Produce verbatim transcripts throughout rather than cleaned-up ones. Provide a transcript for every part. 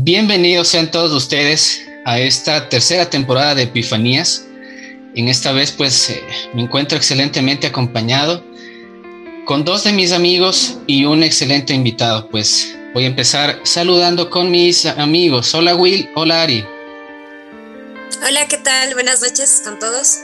Bienvenidos sean todos ustedes a esta tercera temporada de Epifanías. En esta vez pues eh, me encuentro excelentemente acompañado con dos de mis amigos y un excelente invitado. Pues voy a empezar saludando con mis amigos. Hola Will, hola Ari. Hola, ¿qué tal? Buenas noches con todos.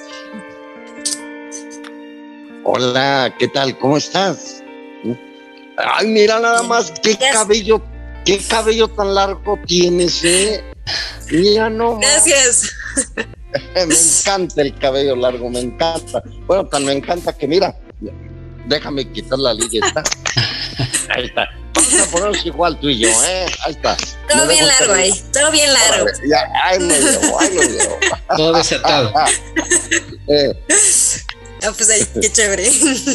Hola, ¿qué tal? ¿Cómo estás? Ay, mira nada más, qué Gracias. cabello, qué cabello tan largo tienes, ¿eh? Mira, no. Gracias. Me encanta el cabello largo, me encanta. Bueno, tan me encanta que mira, déjame quitar la liga, ¿está? Ahí está. Vamos a ponernos igual tú y yo, ¿eh? Ahí está. Todo Me bien dejo largo estar- ahí, todo bien largo. Órale, ya, ahí lo llevo, ahí lo llevo. Todo desatado. Ah, eh, Ah, pues ahí, qué chévere.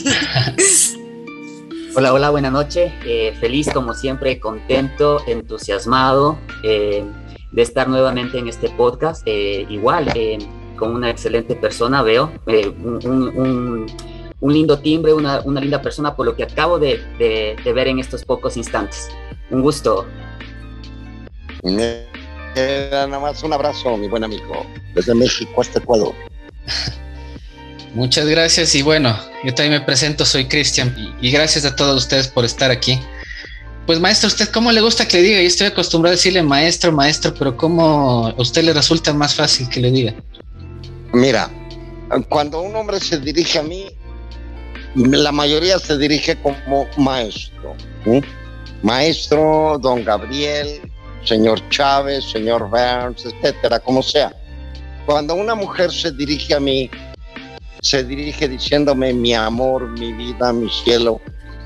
Hola, hola, buenas noches. Eh, feliz como siempre, contento, entusiasmado eh, de estar nuevamente en este podcast. Eh, igual, eh, con una excelente persona, veo eh, un, un- un- un lindo timbre, una, una linda persona por lo que acabo de, de- de ver en estos pocos instantes. Un gusto. me- eh, nada más un abrazo, mi buen amigo, desde México hasta Ecuador. Muchas gracias y bueno, yo también me presento, soy Cristian y, y gracias a todos ustedes por estar aquí. Pues maestro, ¿usted cómo le gusta que le diga? Yo estoy acostumbrado a decirle maestro, maestro, pero ¿cómo a usted le resulta más fácil que le diga? Mira, cuando un hombre se dirige a mí, la mayoría se dirige como maestro. ¿Sí? Maestro, don Gabriel, señor Chávez, señor Burns, etcétera, como sea. Cuando una mujer se dirige a mí, se dirige diciéndome mi amor, mi vida, mi cielo.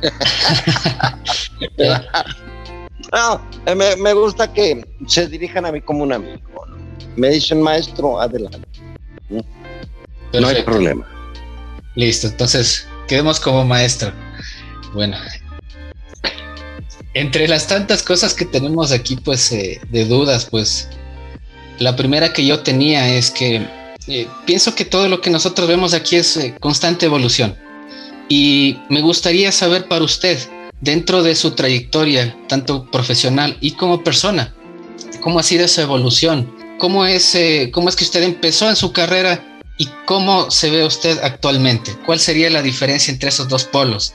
No, me, me gusta que se dirijan a mí como un amigo, ¿no? Me dicen maestro, adelante. No hay Perfecto. problema. Listo, entonces quedemos como maestro. Bueno, entre las tantas cosas que tenemos aquí, pues, eh, de dudas, pues, la primera que yo tenía es que eh, pienso que todo lo que nosotros vemos aquí es eh, constante evolución. Y me gustaría saber para usted, dentro de su trayectoria, tanto profesional y como persona, cómo ha sido esa evolución, cómo es, eh, cómo es que usted empezó en su carrera y cómo se ve usted actualmente. ¿Cuál sería la diferencia entre esos dos polos?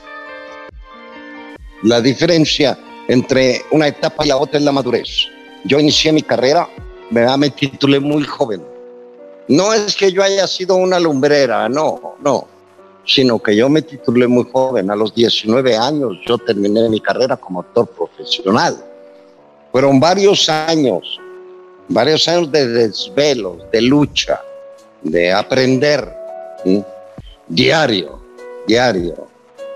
La diferencia entre una etapa y la otra es la madurez. Yo inicié mi carrera, ¿verdad? Me titulé muy joven. No es que yo haya sido una lumbrera, no, no, sino que yo me titulé muy joven. A los diecinueve años yo terminé mi carrera como actor profesional. Fueron varios años, varios años de desvelos, de lucha, de aprender, ¿sí? diario, diario.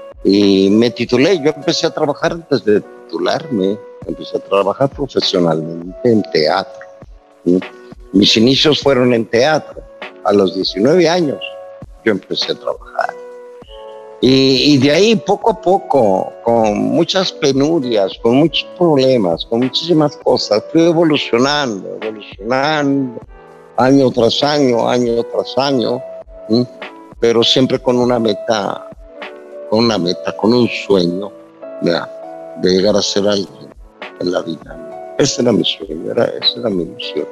Y me titulé, yo empecé a trabajar antes de titularme, empecé a trabajar profesionalmente en teatro. ¿Sí? Mis inicios fueron en teatro. A los diecinueve años yo empecé a trabajar. Y, y de ahí poco a poco, con muchas penurias, con muchos problemas, con muchísimas cosas, fui evolucionando, evolucionando, año tras año, año tras año, ¿sí? Pero siempre con una meta, con una meta, con un sueño, ¿verdad? De llegar a ser alguien en la vida. Ese era mi sueño, era, esa era mi ilusión.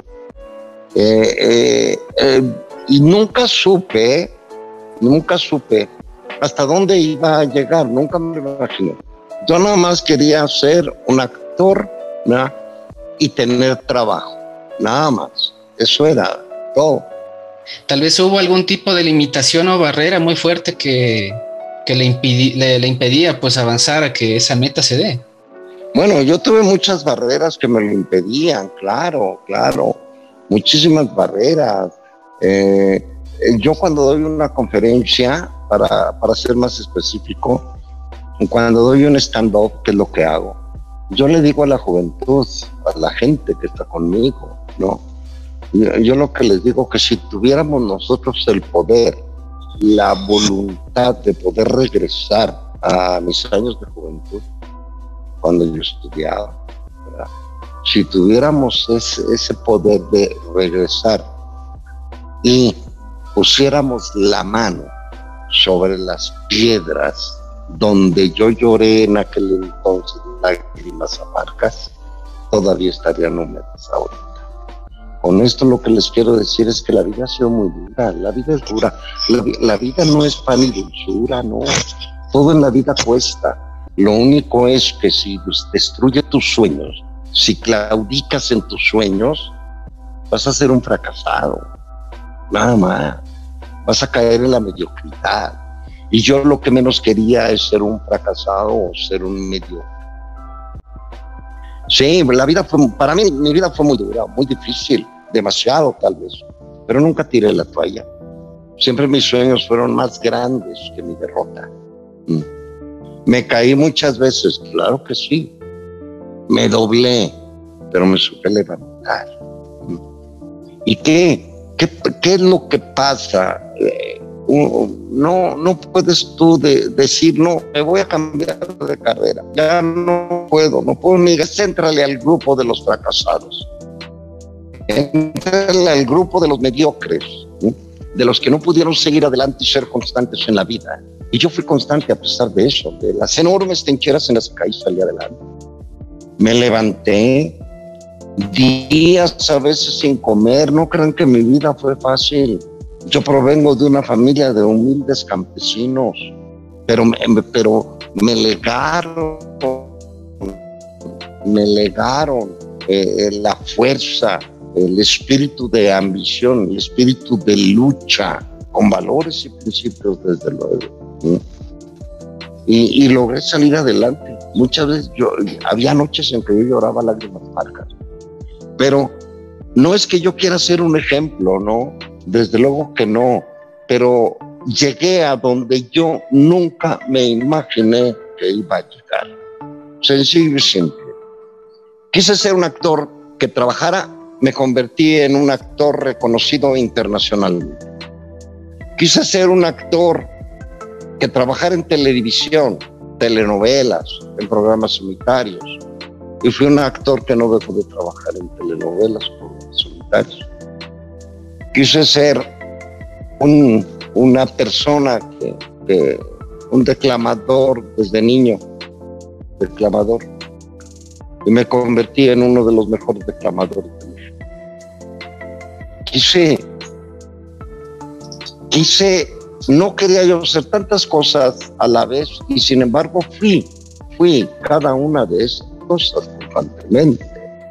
Eh, eh, eh, y nunca supe, nunca supe hasta dónde iba a llegar, nunca me lo imaginé. Yo nada más quería ser un actor, ¿verdad? Y tener trabajo, nada más. Eso era todo. Tal vez hubo algún tipo de limitación o barrera muy fuerte que, que le, impidi- le, le impedía pues avanzar a que esa meta se dé. Bueno, yo tuve muchas barreras que me lo impedían, claro, claro, muchísimas barreras. Eh, yo cuando doy una conferencia, para, para ser más específico, cuando doy un stand-up, que es lo que hago, yo le digo a la juventud, a la gente que está conmigo, ¿no? Yo, yo lo que les digo que si tuviéramos nosotros el poder, la voluntad de poder regresar a mis años de juventud, cuando yo estudiaba, ¿verdad? Si tuviéramos ese, ese poder de regresar y pusiéramos la mano sobre las piedras donde yo lloré en aquel entonces lágrimas amargas, todavía estarían húmedas ahorita. Con esto lo que les quiero decir es que la vida ha sido muy dura, la vida es dura, la, la vida no es pan y dulzura, no, todo en la vida cuesta. Lo único es que si destruye tus sueños, si claudicas en tus sueños, vas a ser un fracasado, nada más, vas a caer en la mediocridad. Y yo lo que menos quería es ser un fracasado o ser un medio. Sí, la vida fue, para mí, mi vida fue muy dura, muy difícil, demasiado tal vez, pero nunca tiré la toalla. Siempre mis sueños fueron más grandes que mi derrota. Mm. Me caí muchas veces, claro que sí. Me doblé, pero me supe levantar. Mm. ¿Y qué? ¿Qué, qué es lo que pasa? Eh, No, no puedes tú de, decir, no, me voy a cambiar de carrera. Ya no puedo, no puedo ni. Céntrale al grupo de los fracasados. Céntrale al grupo de los mediocres, ¿sí? De los que no pudieron seguir adelante y ser constantes en la vida. Y yo fui constante a pesar de eso, de las enormes trincheras en las que caí, salí adelante. Me levanté, días a veces sin comer, no crean que mi vida fue fácil. Yo provengo de una familia de humildes campesinos, pero me, pero me legaron, me legaron eh, la fuerza, el espíritu de ambición, el espíritu de lucha, con valores y principios desde luego. ¿Sí? Y, y logré salir adelante. Muchas veces yo, había noches en que yo lloraba lágrimas amargas, pero no es que yo quiera ser un ejemplo, ¿no? Desde luego que no, pero llegué a donde yo nunca me imaginé que iba a llegar. Sencillo y simple. Quise ser un actor que trabajara, me convertí en un actor reconocido internacionalmente. Quise ser un actor que trabajara en televisión, telenovelas, en programas unitarios. Y fui un actor que no dejó de trabajar en telenovelas, programas unitarios. Quise ser un, una persona, que, que, un declamador desde niño, declamador, y me convertí en uno de los mejores declamadores de México. Quise, quise, no quería yo hacer tantas cosas a la vez, y sin embargo fui, fui cada una de esas cosas constantemente.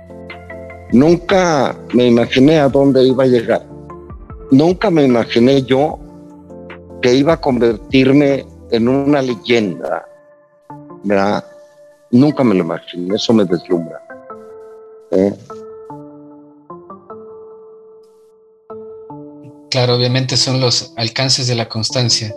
Nunca me imaginé a dónde iba a llegar. Nunca me imaginé yo que iba a convertirme en una leyenda, ¿verdad? Nunca me lo imaginé, eso me deslumbra. ¿Eh? Claro, obviamente son los alcances de la constancia.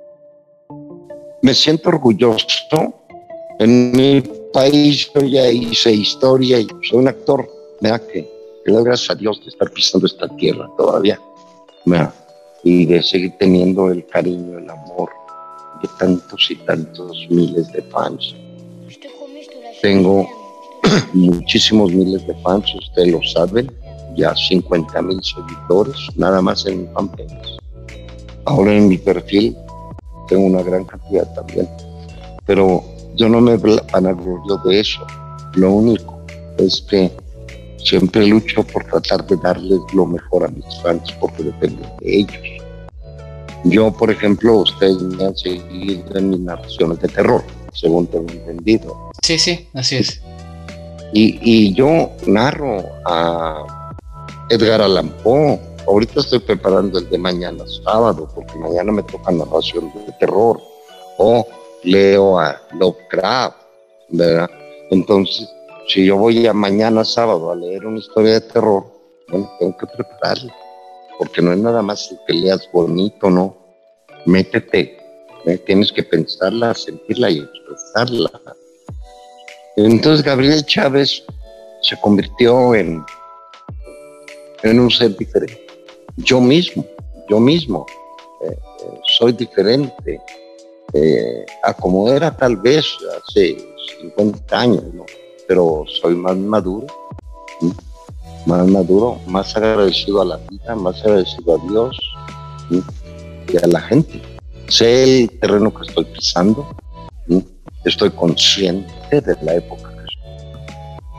Me siento orgulloso. En mi país yo ya hice historia y soy un actor, ¿verdad? Que, que doy gracias a Dios de estar pisando esta tierra todavía. Y de seguir teniendo el cariño, el amor de tantos y tantos miles de fans. Tengo muchísimos miles de fans, ustedes lo saben, ya cincuenta mil seguidores, nada más en mi fanpage. Ahora en mi perfil tengo una gran cantidad también, pero yo no me vanaglorio de eso. Lo único es que siempre lucho por tratar de darles lo mejor a mis fans, porque depende de ellos. Yo, por ejemplo, ustedes me han seguido en mis narraciones de terror, según tengo entendido. Sí, sí, así es. Y, y yo narro a Edgar Allan Poe. Ahorita estoy preparando el de mañana sábado, porque mañana me toca narración de terror. O leo a Lovecraft, ¿verdad? Entonces, si yo voy a mañana sábado a leer una historia de terror, bueno, tengo que prepararla, porque no es nada más que leas bonito, ¿no? Métete, ¿eh? Tienes que pensarla, sentirla y expresarla. Entonces Gabriel Chávez se convirtió en, en un ser diferente. Yo mismo, yo mismo eh, eh, soy diferente eh, a como era tal vez hace cincuenta años, ¿no? Pero soy más maduro, ¿sí? Más maduro, más agradecido a la vida, más agradecido a Dios, ¿sí? Y a la gente. Sé el terreno que estoy pisando, ¿sí? Estoy consciente de la época que estoy.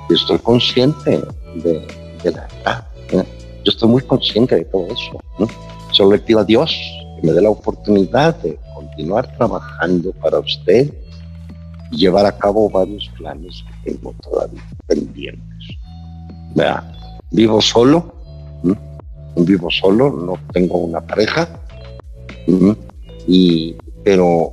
y estoy consciente de, de la edad, ¿eh? Yo estoy muy consciente de todo eso, ¿no? Solo le pido a Dios que me dé la oportunidad de continuar trabajando para usted y llevar a cabo varios planes que tengo todavía pendientes. ¿Verdad? Vivo solo, ¿no? Vivo solo, no tengo una pareja, ¿no? y, pero,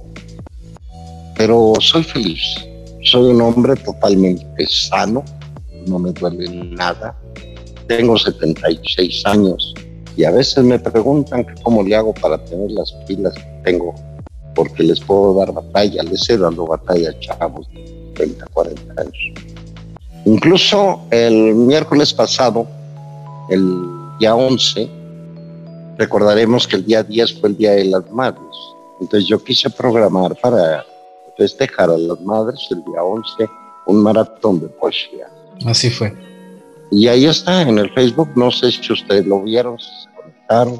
pero soy feliz. Soy un hombre totalmente sano, no me duele nada. Tengo setenta y seis años y a veces me preguntan que cómo le hago para tener las pilas que tengo, porque les puedo dar batalla, les he dado batalla a chavos de treinta, cuarenta años. Incluso el miércoles pasado, el día once, recordaremos que el día diez fue el Día de las Madres. Entonces yo quise programar para festejar a las madres el día once un maratón de poesía. Así fue. Y ahí está en el Facebook, no sé si ustedes lo vieron, si se conectaron.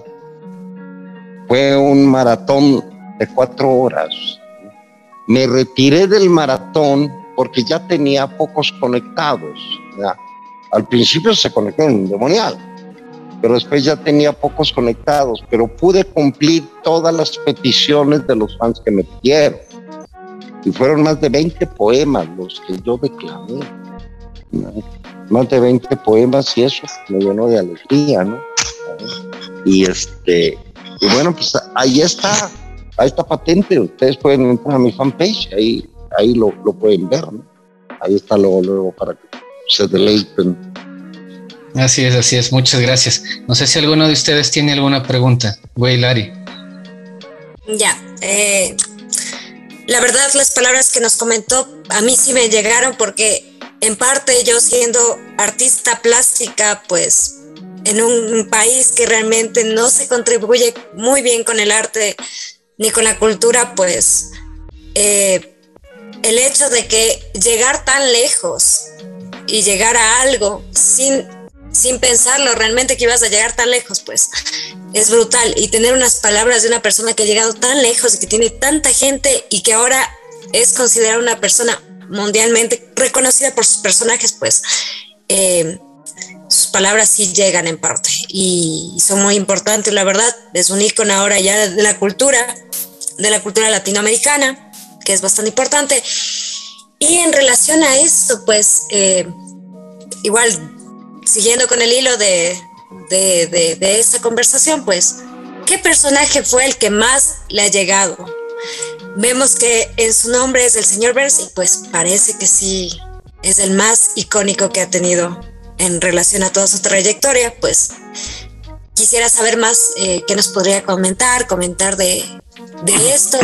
Fue un maratón de cuatro horas. Me retiré del maratón porque ya tenía pocos conectados, ¿verdad? Al principio se conectó en un demonial, pero después ya tenía pocos conectados, pero pude cumplir todas las peticiones de los fans que me pidieron. Y fueron más de veinte poemas los que yo declamé, ¿no? Más de veinte poemas, y eso me llenó de alegría, ¿no? Y este, y bueno, pues ahí está, ahí está patente. Ustedes pueden entrar a mi fanpage, ahí, ahí lo, lo pueden ver, ¿no? Ahí está luego, luego para que se deleiten. Así es, así es. Muchas gracias. No sé si alguno de ustedes tiene alguna pregunta. Güey, Lari. Ya, eh, la verdad las palabras que nos comentó a mí sí me llegaron, porque en parte yo, siendo artista plástica, pues en un país que realmente no se contribuye muy bien con el arte ni con la cultura, pues eh, el hecho de que llegar tan lejos y llegar a algo sin, sin pensarlo realmente que ibas a llegar tan lejos, pues es brutal. Y tener unas palabras de una persona que ha llegado tan lejos y que tiene tanta gente y que ahora es considerada una persona mundialmente reconocida por sus personajes, pues eh, sus palabras sí llegan en parte y son muy importantes. La verdad, es un ícono ahora ya de la cultura, de la cultura latinoamericana, que es bastante importante. Y en relación a esto, pues eh, igual siguiendo con el hilo de, de, de, de esta conversación, pues ¿qué personaje fue el que más le ha llegado? Vemos que en su nombre es el señor Burns y pues parece que sí es el más icónico que ha tenido en relación a toda su trayectoria. Pues quisiera saber más, eh, qué nos podría comentar, comentar de, de esto.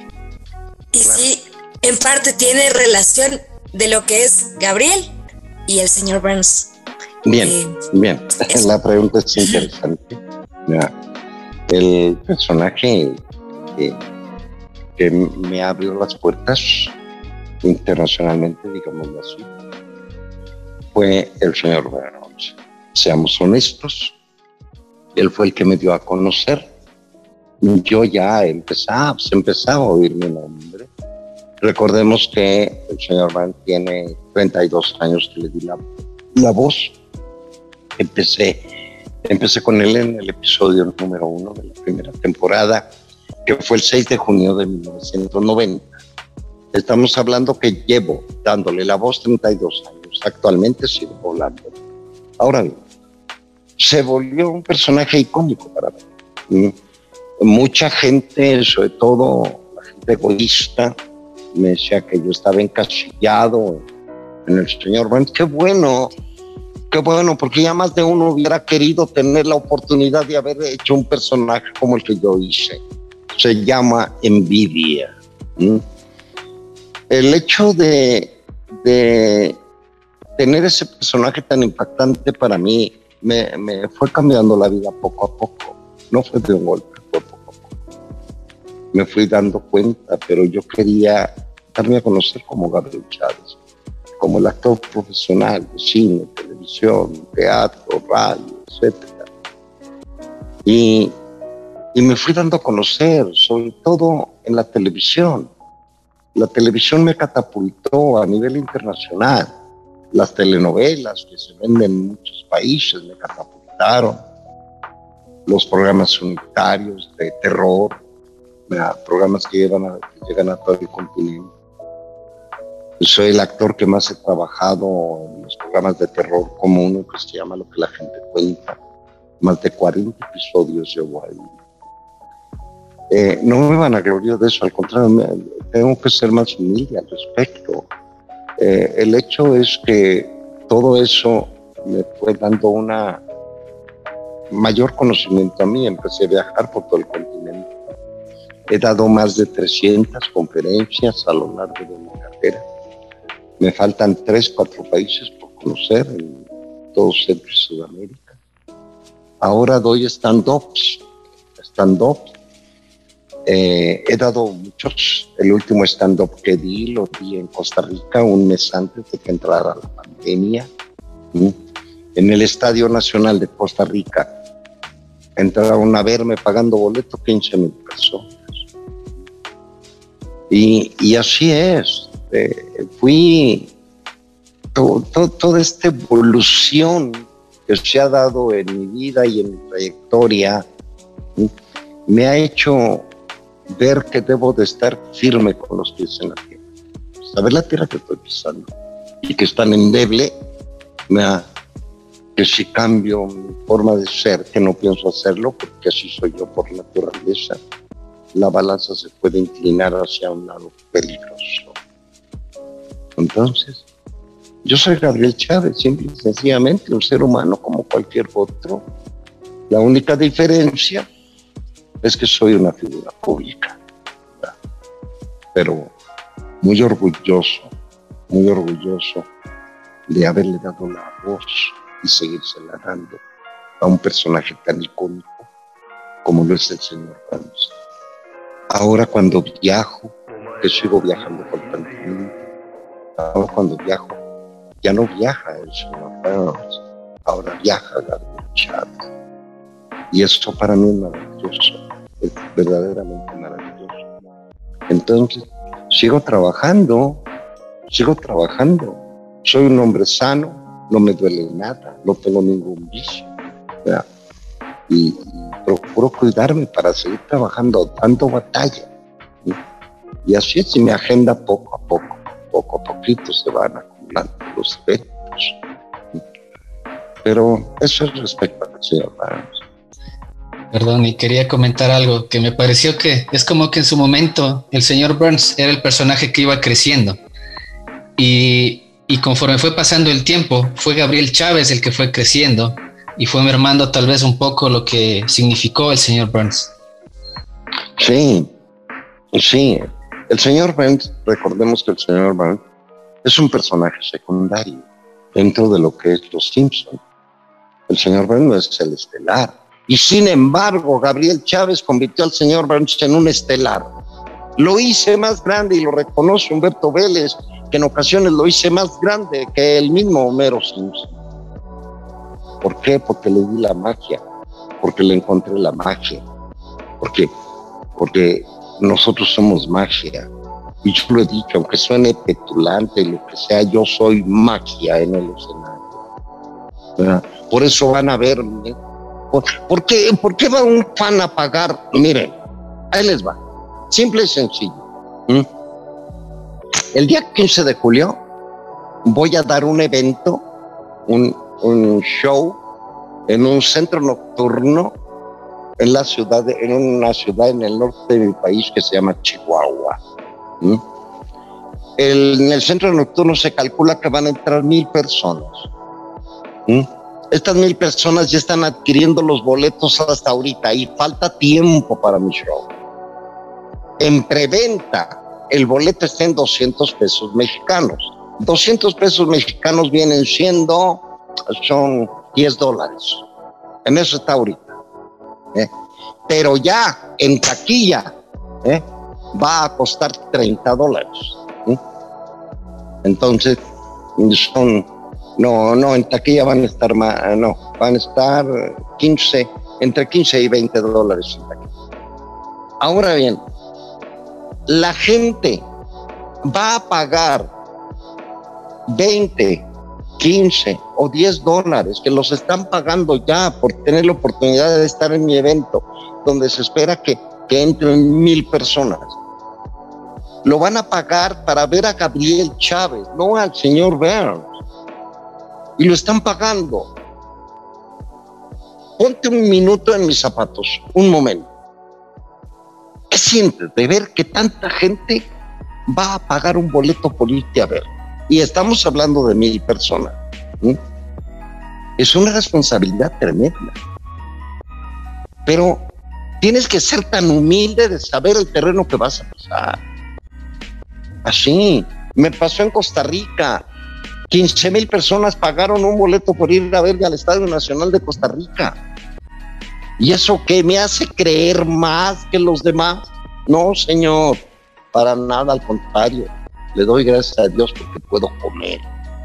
Y si en parte tiene relación de lo que es Gabriel y el señor Burns. Bien, eh, bien. Eso. La pregunta es interesante. Ya. El personaje que... que me abrió las puertas internacionalmente, digámoslo así, fue el señor Burns. Seamos honestos, él fue el que me dio a conocer. Yo ya empezaba, pues empezaba a oír mi nombre. Recordemos que el señor Burns tiene treinta y dos años que le di la, la voz. Empecé, empecé con él en el episodio número uno de la primera temporada, que fue el seis de junio de mil novecientos noventa. Estamos hablando que llevo dándole la voz treinta y dos años. Actualmente sigo volando. Ahora bien, se volvió un personaje icónico para mí. Mucha gente, sobre todo la gente egoísta, me decía que yo estaba encasillado en el señor Burns. Qué bueno, qué bueno, porque ya más de uno hubiera querido tener la oportunidad de haber hecho un personaje como el que yo hice. Se llama envidia. ¿Mm? El hecho de, de tener ese personaje tan impactante para mí me, me fue cambiando la vida poco a poco. No fue de un golpe, fue poco a poco. Me fui dando cuenta, pero yo quería darme a conocer como Gabriel Chávez, como el actor profesional de cine, televisión, teatro, radio, etcétera. Y Y me fui dando a conocer, sobre todo en la televisión. La televisión me catapultó a nivel internacional. las telenovelas que se venden en muchos países me catapultaron, los programas unitarios de terror, programas que, llevan a, que llegan a todo el continente. Soy el actor que más he trabajado en los programas de terror, como uno que se llama Lo que la gente cuenta. Más de cuarenta episodios llevo ahí. Eh, no me vanaglorio de eso, al contrario, me, tengo que ser más humilde al respecto. Eh, el hecho es que todo eso me fue dando una mayor conocimiento a mí. Empecé a viajar por todo el continente. He dado más de trescientas conferencias a lo largo de mi carrera. Me faltan tres, cuatro países por conocer en todo Centro y Sudamérica. Ahora doy stand-ups. Stand-ups. Eh, he dado muchos. El último stand-up que di lo di en Costa Rica un mes antes de que entrara la pandemia. ¿sí? En el Estadio Nacional de Costa Rica. Entraron a verme pagando boleto quince mil personas. Y, y así es. Eh, fui. To, to, toda esta evolución que se ha dado en mi vida y en mi trayectoria ¿sí? me ha hecho ver que debo de estar firme con los pies en la tierra. Saber la tierra que estoy pisando y que es tan endeble, me ha, que si cambio mi forma de ser, que no pienso hacerlo, porque así soy yo por naturaleza, la balanza se puede inclinar hacia un lado peligroso. Entonces, yo soy Gabriel Chávez, simple y sencillamente un ser humano como cualquier otro. La única diferencia es que soy una figura pública, ¿verdad? Pero muy orgulloso, muy orgulloso de haberle dado la voz y seguírsela dando a un personaje tan icónico como lo es el señor Burns. Ahora cuando viajo, que sigo viajando constantemente, ahora cuando viajo, ya no viaja el señor Burns, ahora viaja Gabriel Chávez. Y esto para mí es maravilloso, es verdaderamente maravilloso. Entonces, sigo trabajando, sigo trabajando. Soy un hombre sano, no me duele nada, no tengo ningún vicio, ¿verdad? Y, y procuro cuidarme para seguir trabajando, dando batalla. ¿sí? Y así es, y mi agenda poco a poco, poco a poquito se van acumulando los eventos. ¿sí? Pero eso es respecto al señor Burns. Perdón, y quería comentar algo que me pareció que es como que en su momento el señor Burns era el personaje que iba creciendo y, y conforme fue pasando el tiempo fue Gabriel Chávez el que fue creciendo y fue mermando tal vez un poco lo que significó el señor Burns. Sí, sí, el señor Burns, recordemos que el señor Burns es un personaje secundario dentro de lo que es Los Simpsons. El señor Burns no es el estelar. Y sin embargo, Gabriel Chávez convirtió al señor Burns en un estelar. Lo hice más grande y lo reconoce Humberto Vélez, que en ocasiones lo hice más grande que el mismo Homero Simpson. ¿Por qué? Porque le di la magia, porque le encontré la magia, porque, porque nosotros somos magia. Y yo lo he dicho, aunque suene petulante, lo que sea, yo soy magia en el escenario. ¿verdad? Por eso van a verme. ¿Por, por, qué, ¿Por qué va un fan a pagar? Miren, ahí les va. Simple y sencillo. ¿Mm? El día quince de julio voy a dar un evento, un, un show en un centro nocturno en la ciudad, de, en una ciudad en el norte de mi país que se llama Chihuahua. ¿Mm? El, en el centro nocturno se calcula que van a entrar mil personas. ¿Mm? Estas mil personas ya están adquiriendo los boletos hasta ahorita y falta tiempo para mi show. En preventa, el boleto está en doscientos pesos mexicanos. doscientos pesos mexicanos vienen siendo, son diez dólares. En eso está ahorita. ¿eh? Pero ya en taquilla ¿eh? va a costar treinta dólares. ¿eh? Entonces, son... No, no, en taquilla van a estar más, no, van a estar quince, entre quince y veinte dólares en taquilla. Ahora bien, la gente va a pagar veinte, quince o diez dólares que los están pagando ya por tener la oportunidad de estar en mi evento, donde se espera que, que entren mil personas. Lo van a pagar para ver a Gabriel Chávez, no al señor Burns. Y lo están pagando. Ponte un minuto en mis zapatos, un momento. ¿Qué sientes de ver que tanta gente va a pagar un boleto por irte a ver? Y estamos hablando de mil personas. ¿Mm? Es una responsabilidad tremenda. Pero tienes que ser tan humilde de saber el terreno que vas a pasar. Así, me pasó en Costa Rica. quince mil personas pagaron un boleto por ir a ver al Estadio Nacional de Costa Rica. ¿Y eso qué? ¿Me hace creer más que los demás? No, señor, para nada, al contrario. Le doy gracias a Dios porque puedo comer.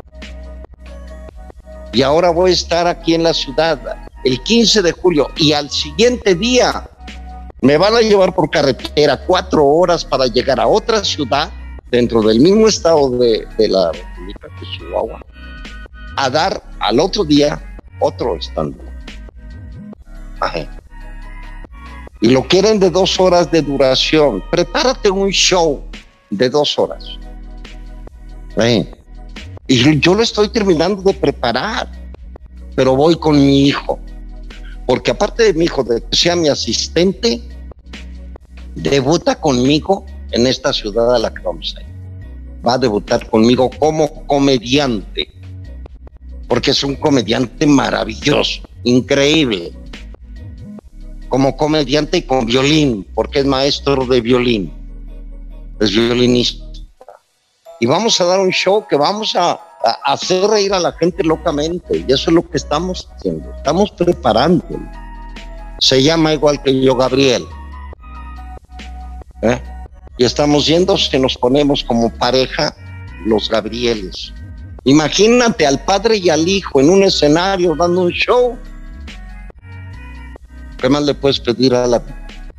Y ahora voy a estar aquí en la ciudad el quince de julio y al siguiente día me van a llevar por carretera cuatro horas para llegar a otra ciudad dentro del mismo estado de, de la República de Chihuahua a dar al otro día otro stand-up. Ajá. Y lo quieren de dos horas de duración. Prepárate un show de dos horas. Ajá. Y yo lo estoy terminando de preparar, pero voy con mi hijo, porque aparte de mi hijo, de que sea mi asistente, debuta conmigo en esta ciudad a la que vamos a ir. Va a debutar conmigo como comediante, porque es un comediante maravilloso, increíble, como comediante y con violín, porque es maestro de violín, es violinista. Y vamos a dar un show que vamos a, a hacer reír a la gente locamente. Y eso es lo que estamos haciendo. Estamos preparándolo. Se llama igual que yo, Gabriel. ¿Eh? Y estamos yendo, si nos ponemos como pareja, los Gabrieles. Imagínate al padre y al hijo en un escenario dando un show. ¿Qué más le puedes pedir a la vida?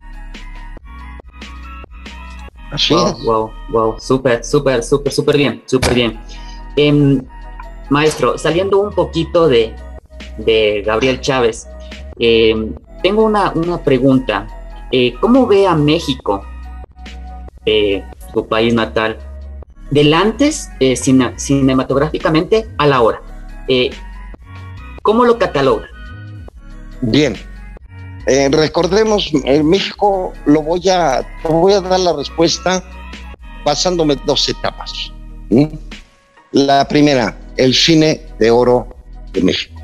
Así wow, es. wow, wow, súper, súper, súper, súper bien, súper bien. Eh, maestro, saliendo un poquito de, de Gabriel Chávez, eh, tengo una, una pregunta. Eh, ¿Cómo ve a México, eh, su país natal, del antes eh, cine, cinematográficamente a la hora? Eh, ¿Cómo lo cataloga? Bien. Eh, recordemos, en México lo voy a, voy a dar la respuesta basándome en dos etapas. ¿Mm? La primera, el cine de oro de México.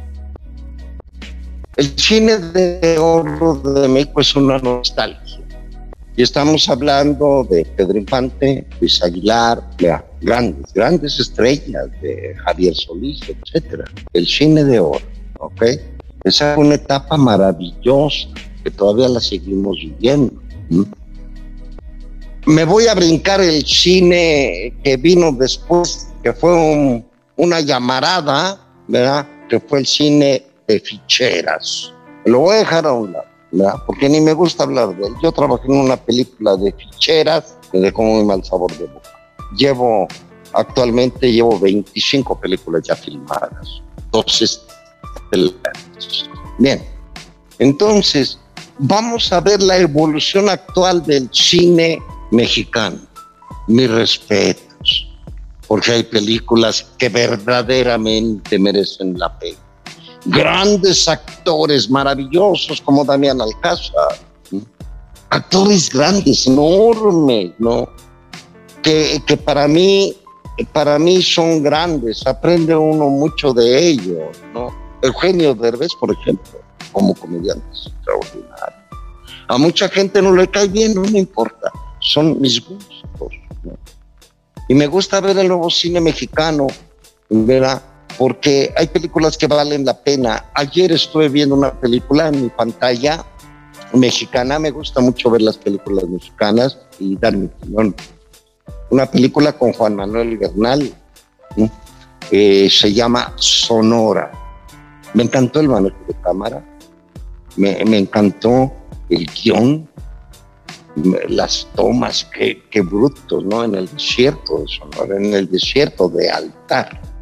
El cine de oro de México es una nostalgia. Y estamos hablando de Pedro Infante, Luis Aguilar, ya, grandes, grandes estrellas, de Javier Solís, etcétera. El cine de oro, ¿ok? Esa es una etapa maravillosa que todavía la seguimos viviendo. ¿Mm? Me voy a brincar el cine que vino después, que fue un, una llamarada, ¿verdad? Que fue el cine de ficheras. Lo voy a dejar a un lado, ¿verdad? Porque ni me gusta hablar de él. Yo trabajé en una película de ficheras, me dejó muy mal sabor de boca. Llevo, actualmente llevo veinticinco películas ya filmadas. Entonces, bien, entonces vamos a ver la evolución actual del cine mexicano. Mis respetos, porque hay películas que verdaderamente merecen la pena. Grandes actores maravillosos como Damián Alcázar, ¿sí? Actores grandes, enormes, ¿no? Que, que para mí, para mí son grandes, aprende uno mucho de ellos, ¿no? Eugenio Derbez, por ejemplo, como comediante, es extraordinario. A mucha gente no le cae bien, no me importa, son mis gustos, ¿no? Y me gusta ver el nuevo cine mexicano, ¿verdad? Porque hay películas que valen la pena. Ayer estuve viendo una película en mi pantalla mexicana, me gusta mucho ver las películas mexicanas y dar mi opinión. Una película con Juan Manuel Bernal, ¿no? eh, se llama Sonora. Me encantó el manejo de cámara, me, me encantó el guión, las tomas, qué, qué brutos, ¿no? En el desierto de Sonora, en el desierto de Altar.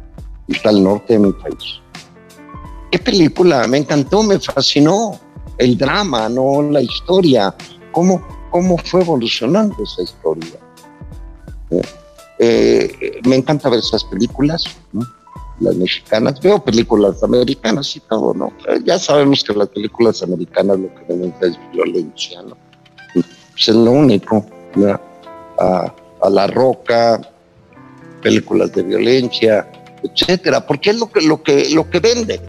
está al norte de mi país. ¿Qué película? Me encantó, me fascinó. El drama, no la historia. ¿Cómo, cómo fue evolucionando esa historia? ¿Eh? Eh, me encanta ver esas películas, ¿no? Las mexicanas. Veo películas americanas y todo, ¿no? Eh, ya sabemos que las películas americanas lo que demuestran es violencia, ¿no? Pues es lo único, ¿no? A, a La Roca, películas de violencia, etcétera, porque es lo que, lo que, lo que vende.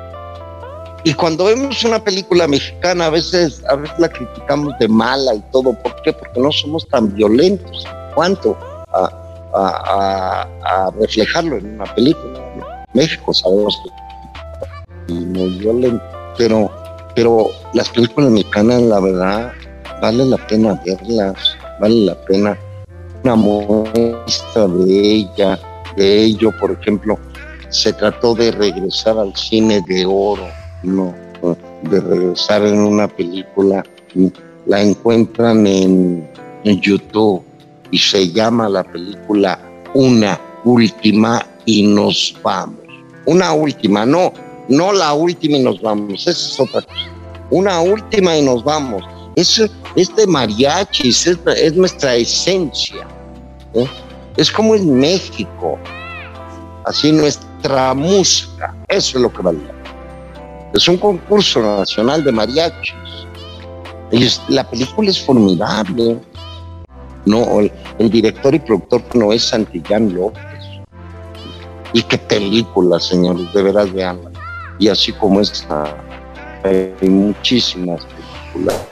Y cuando vemos una película mexicana, a veces, a veces la criticamos de mala y todo. ¿Por qué? Porque no somos tan violentos. ¿Cuánto? A, a, a, a reflejarlo en una película. México sabemos que es muy violento, pero, pero las películas mexicanas, la verdad, vale la pena verlas, vale la pena una muestra de ella, de ello. Por ejemplo, se trató de regresar al cine de oro, no, de regresar en una película. La encuentran en, en YouTube y se llama la película Una Última y Nos Vamos. Una última, no, no la última y nos vamos, esa es otra cosa. Una última y nos vamos. Es, es de mariachis, es, es nuestra esencia, ¿eh? Es como en México, así nuestra música, eso es lo que vale. Es un concurso nacional de mariachis. Y la película es formidable. No, el, el director y productor no es Santillán López. Y qué película, señores, de veras veanla. Y así como esta, hay muchísimas películas.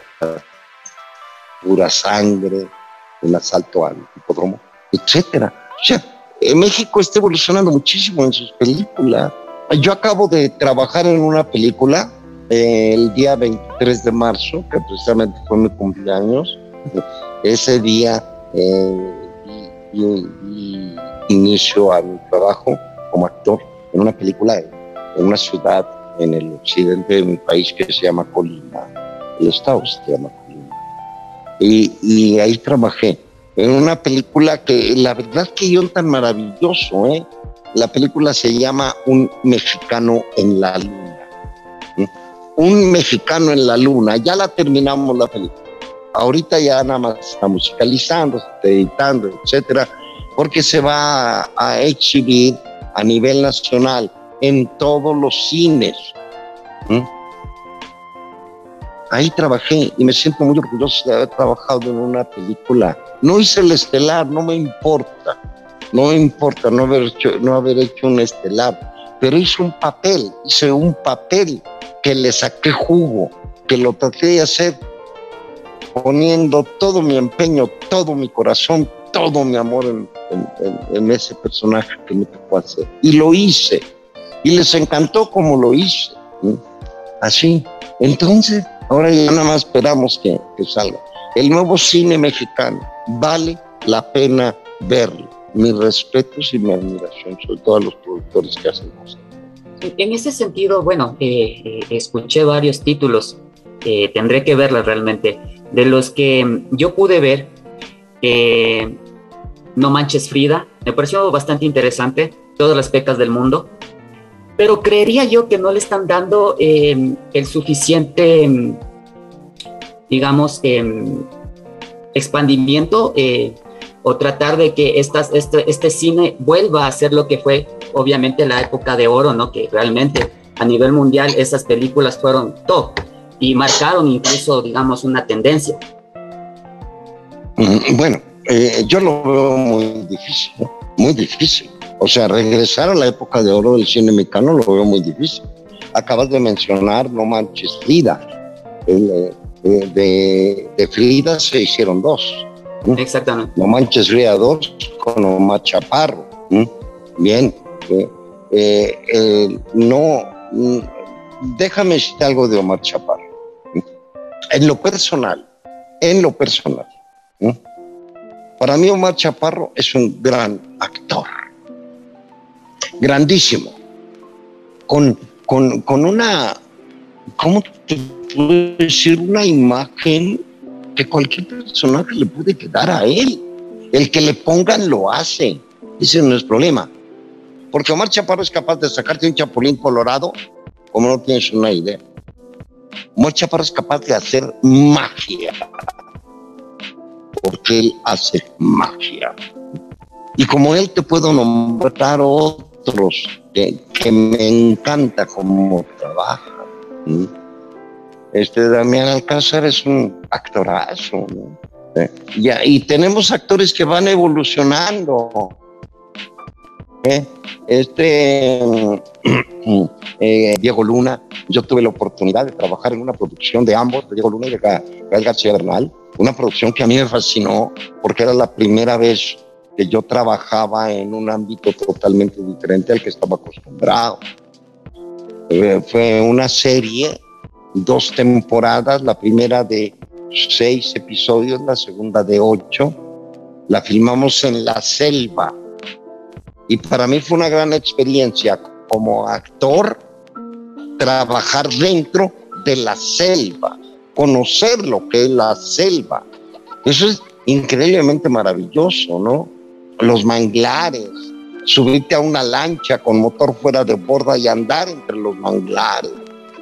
Pura Sangre, El Asalto al Hipódromo, etcétera. O sea, en México está evolucionando muchísimo en sus películas. Yo acabo de trabajar en una película eh, el día veintitrés de marzo, que precisamente fue mi cumpleaños. Ese día eh, y, y, y inicio a mi trabajo como actor en una película en una ciudad en el occidente de mi país que se llama Colima. El estado se llama Colima. Y, y ahí trabajé en una película que la verdad que guión tan maravilloso, ¿eh? La película se llama Un Mexicano en la Luna. ¿Mm? Un Mexicano en la Luna. Ya la terminamos la película. Ahorita ya nada más está musicalizando, se está editando, etcétera, porque se va a, a exhibir a nivel nacional en todos los cines. ¿Mm? Ahí trabajé y me siento muy orgulloso de haber trabajado en una película. No hice el estelar, no me importa, no me importa no haber hecho, no haber hecho un estelar, pero hice un papel, hice un papel que le saqué jugo, que lo traté de hacer poniendo todo mi empeño, todo mi corazón, todo mi amor en, en, en, en ese personaje que me tocó hacer. Y lo hice, y les encantó como lo hice, ¿sí? Así. Entonces, ahora ya nada más esperamos que, que salga. El nuevo cine mexicano vale la pena verlo. Mis respetos y mi admiración, sobre todo a los productores que hacen cosas. En ese sentido, bueno, eh, eh, escuché varios títulos, eh, tendré que verlas realmente. De los que yo pude ver, eh, No Manches Frida, me pareció bastante interesante, Todas las pecas del mundo, pero creería yo que no le están dando eh, el suficiente, digamos, eh, expandimiento eh, o tratar de que estas, este, este cine vuelva a ser lo que fue, obviamente, la época de oro, ¿no? Que realmente a nivel mundial esas películas fueron top y marcaron incluso, digamos, una tendencia. Bueno, eh, yo lo veo muy difícil, ¿no? Muy difícil. O sea, regresar a la época de oro del cine mexicano lo veo muy difícil. Acabas de mencionar No Manches Frida. El, eh, de, de Frida se hicieron dos. ¿no? Exactamente. No Manches Frida dos con Omar Chaparro. ¿no? Bien. Eh, eh, eh, no, déjame decirte algo de Omar Chaparro. En lo personal, en lo personal, ¿no? Para mí Omar Chaparro es un gran actor, grandísimo, con, con, con una, ¿cómo te puedo decir? Una imagen que cualquier personaje le puede quedar a él. El que le pongan lo hace, ese no es problema. Porque Omar Chaparro es capaz de sacarte un chapulín colorado, como no tienes una idea. Omar Chaparro es capaz de hacer magia, porque él hace magia. Y como él te puedo nombrar otros que, que me encanta cómo trabaja. ¿Sí? Este Damián Alcázar es un actorazo, ¿no? ¿Eh? Ya, y tenemos actores que van evolucionando. ¿Eh? Este eh, Diego Luna, yo tuve la oportunidad de trabajar en una producción de ambos, de Diego Luna y de Gael García Bernal, una producción que a mí me fascinó porque era la primera vez que yo trabajaba en un ámbito totalmente diferente al que estaba acostumbrado. Eh, fue una serie, dos temporadas, la primera de seis episodios, la segunda de ocho. La filmamos en la selva y para mí fue una gran experiencia como actor trabajar dentro de la selva, conocer lo que es la selva. Eso es increíblemente maravilloso, ¿no? Los manglares, subirte a una lancha con motor fuera de borda y andar entre los manglares.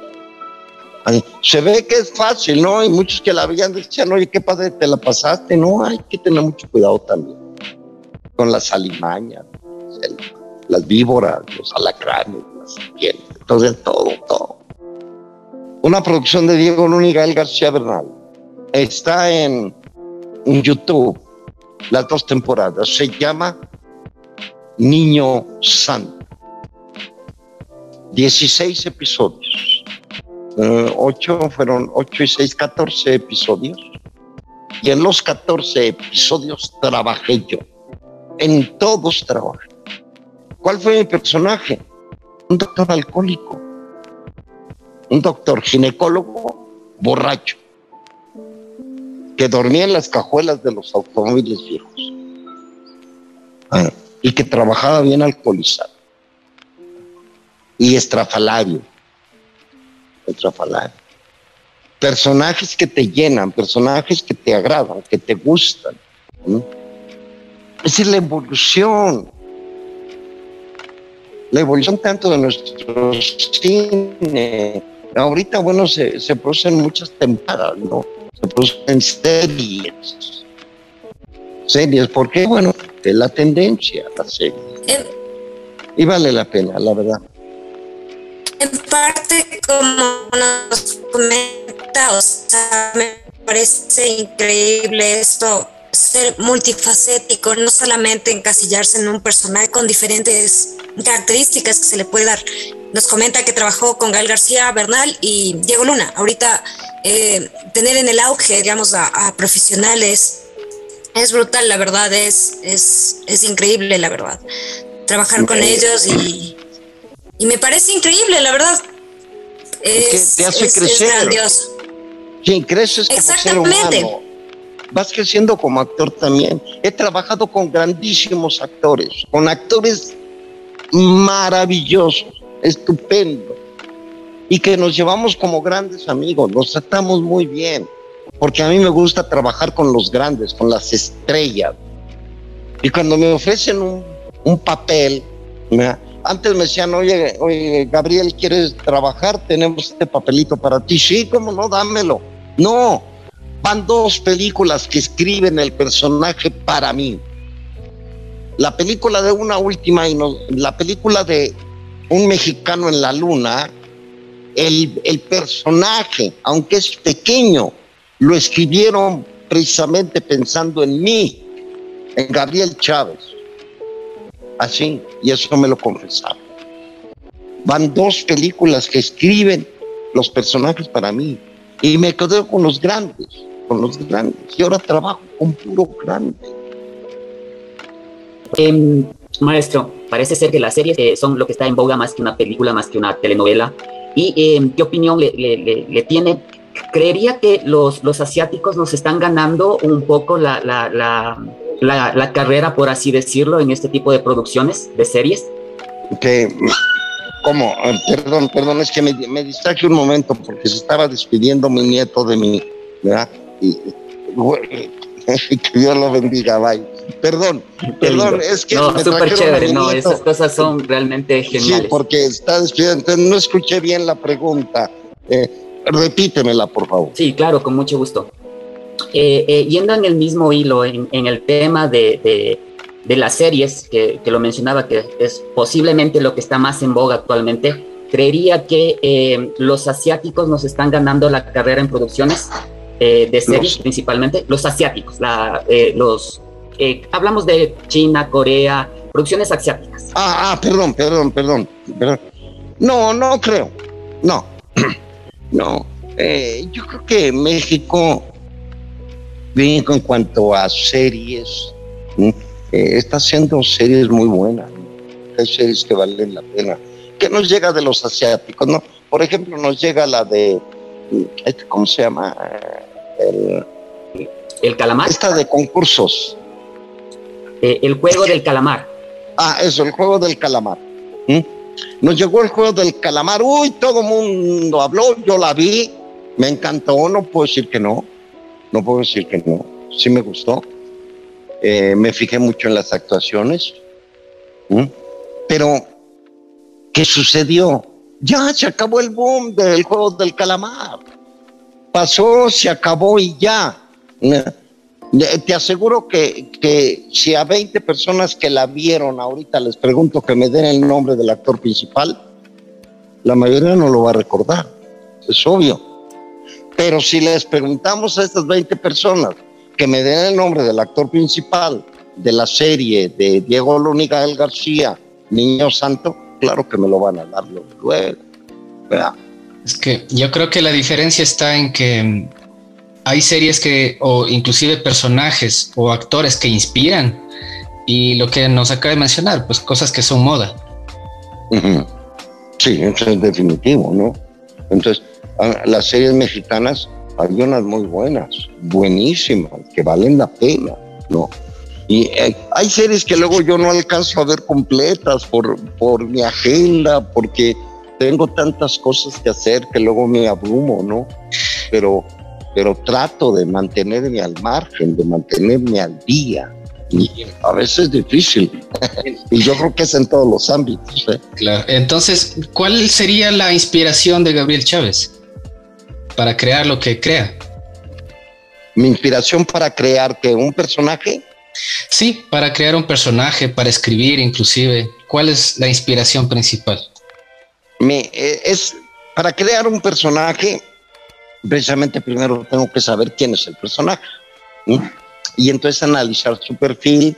Se ve que es fácil, ¿no? Y muchos que la veían decían, oye, qué padre te la pasaste. No, hay que tener mucho cuidado también con las alimañas, las víboras, los alacranes, las serpientes, entonces todo, todo. Una producción de Diego Luna y Gael García Bernal. Está en, en YouTube, las dos temporadas. Se llama Niño Santo. dieciséis episodios. Uh, ocho, fueron ocho y seis, catorce episodios. Y en los catorce episodios trabajé yo. En todos trabajé. ¿Cuál fue mi personaje? Un doctor alcohólico. Un doctor ginecólogo borracho. Que dormía en las cajuelas de los automóviles viejos. Ah, y que trabajaba bien alcoholizado. Y estrafalario. Estrafalario. Personajes que te llenan, personajes que te agradan, que te gustan. ¿Sí? Esa es la evolución. La evolución tanto de nuestro cine. Ahorita, bueno, se, se producen muchas temporadas, ¿no? Se producen series. Series, ¿por qué? Bueno, es la tendencia, la serie. En, y vale la pena, la verdad. En parte, como nos comenta, o sea, me parece increíble esto, ser multifacético, no solamente encasillarse en un personaje con diferentes características que se le puede dar. Nos comenta que trabajó con Gael García Bernal y Diego Luna. Ahorita eh, tener en el auge, digamos, a, a profesionales es brutal, la verdad, es, es, es increíble, la verdad. Trabajar con ellos y, y me parece increíble, la verdad. Es, que te hace es, crecer. Es grandioso. Sí, creces como ser humano. Vas creciendo como actor también. He trabajado con grandísimos actores, con actores maravillosos, estupendos, y que nos llevamos como grandes amigos, nos tratamos muy bien, porque a mí me gusta trabajar con los grandes, con las estrellas. Y cuando me ofrecen un, un papel, ¿verdad? Antes me decían, oye, oye, Gabriel, ¿quieres trabajar? Tenemos este papelito para ti. Sí, cómo no, dámelo. No, van dos películas que escriben el personaje para mí. La película de Una Última y no, la película de Un Mexicano en la Luna, el, el personaje, aunque es pequeño, lo escribieron precisamente pensando en mí, en Gabriel Chávez. Así, y eso me lo confesaron. Van dos películas que escriben los personajes para mí, y me quedé con los grandes, con los grandes, y ahora trabajo con puro grande. Eh, maestro, parece ser que las series eh, son lo que está en boga más que una película, más que una telenovela. ¿Y eh, qué opinión le, le, le, le tiene? ¿Creería que los, los asiáticos nos están ganando un poco la, la, la, la, la carrera, por así decirlo, en este tipo de producciones, de series? Que, ¿cómo? Perdón, perdón, es que me, me distraje un momento porque se estaba despidiendo mi nieto de mí, ¿verdad? Y, y que Dios lo bendiga, bye. Perdón, perdón, es que no, me súper chévere, no, nieto. esas cosas son realmente geniales. Sí, porque está despidiendo, entonces no escuché bien la pregunta. Eh, repítemela, por favor. Sí, claro, con mucho gusto. Eh, eh, yendo en el mismo hilo, en, en el tema de, de, de las series, que, que lo mencionaba, que es posiblemente lo que está más en boga actualmente, creería que eh, los asiáticos nos están ganando la carrera en producciones eh, de series, los, principalmente, los asiáticos, la, eh, los... Eh, hablamos de China, Corea, producciones asiáticas. Ah, ah, perdón, perdón, perdón, perdón. No, no creo. No, no. Eh, yo creo que México, bien en cuanto a series, eh, está haciendo series muy buenas. Hay series que valen la pena. ¿Qué nos llega de los asiáticos? ¿No? Por ejemplo, nos llega la de, ¿cómo se llama? El, el calamar. Esta de concursos. Eh, el juego del calamar. Ah, eso, el juego del calamar. ¿Mm? Nos llegó el juego del calamar. Uy, todo el mundo habló, yo la vi, me encantó, no puedo decir que no. No puedo decir que no. Sí me gustó. Eh, me fijé mucho en las actuaciones. ¿Mm? Pero, ¿qué sucedió? Ya se acabó el boom del juego del calamar. Pasó, se acabó y ya. Te aseguro que, que si a veinte personas que la vieron ahorita les pregunto que me den el nombre del actor principal, la mayoría no lo va a recordar, es obvio. Pero si les preguntamos a estas veinte personas que me den el nombre del actor principal de la serie de Diego Luna Gael García, Niño Santo, claro que me lo van a dar luego, ¿verdad? Es que yo creo que la diferencia está en que hay series que, o inclusive personajes o actores que inspiran, y lo que nos acaba de mencionar, pues cosas que son moda. Uh-huh. Sí, eso es definitivo, ¿no? Entonces, las series mexicanas hay unas muy buenas, buenísimas, que valen la pena, ¿no? Y eh, hay series que luego yo no alcanzo a ver completas por, por mi agenda, porque tengo tantas cosas que hacer que luego me abrumo, ¿no? Pero... pero trato de mantenerme al margen, de mantenerme al día. Y a veces es difícil. Y yo creo que es en todos los ámbitos. ¿eh? Claro. Entonces, ¿cuál sería la inspiración de Gabriel Chávez para crear lo que crea? ¿Mi inspiración para crear qué? ¿Un personaje? Sí, para crear un personaje, para escribir inclusive. ¿Cuál es la inspiración principal? Me, eh, es para crear un personaje. Precisamente primero tengo que saber quién es el personaje, ¿sí? Y entonces analizar su perfil,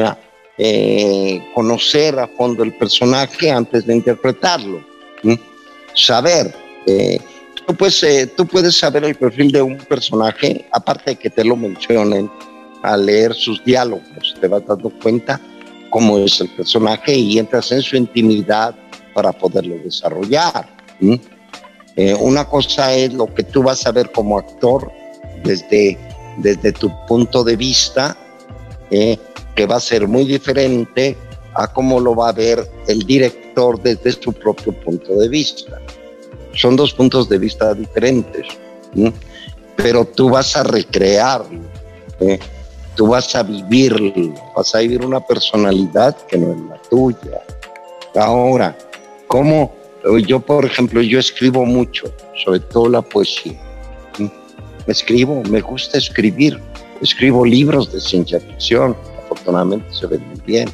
eh, conocer a fondo el personaje antes de interpretarlo, ¿sí? Saber, eh, tú, puedes, eh, tú puedes saber el perfil de un personaje, aparte de que te lo mencionen, al leer sus diálogos, te vas dando cuenta cómo es el personaje y entras en su intimidad para poderlo desarrollar, ¿sí? Eh, una cosa es lo que tú vas a ver como actor desde, desde tu punto de vista, eh, que va a ser muy diferente a cómo lo va a ver el director desde su propio punto de vista. Son dos puntos de vista diferentes, ¿sí? Pero tú vas a recrearlo, ¿eh? Tú vas a vivirlo, vas a vivir una personalidad que no es la tuya. Ahora, ¿cómo? Yo, por ejemplo, yo escribo mucho, sobre todo la poesía. Escribo, me gusta escribir. Escribo libros de ciencia ficción, afortunadamente se ven muy bien.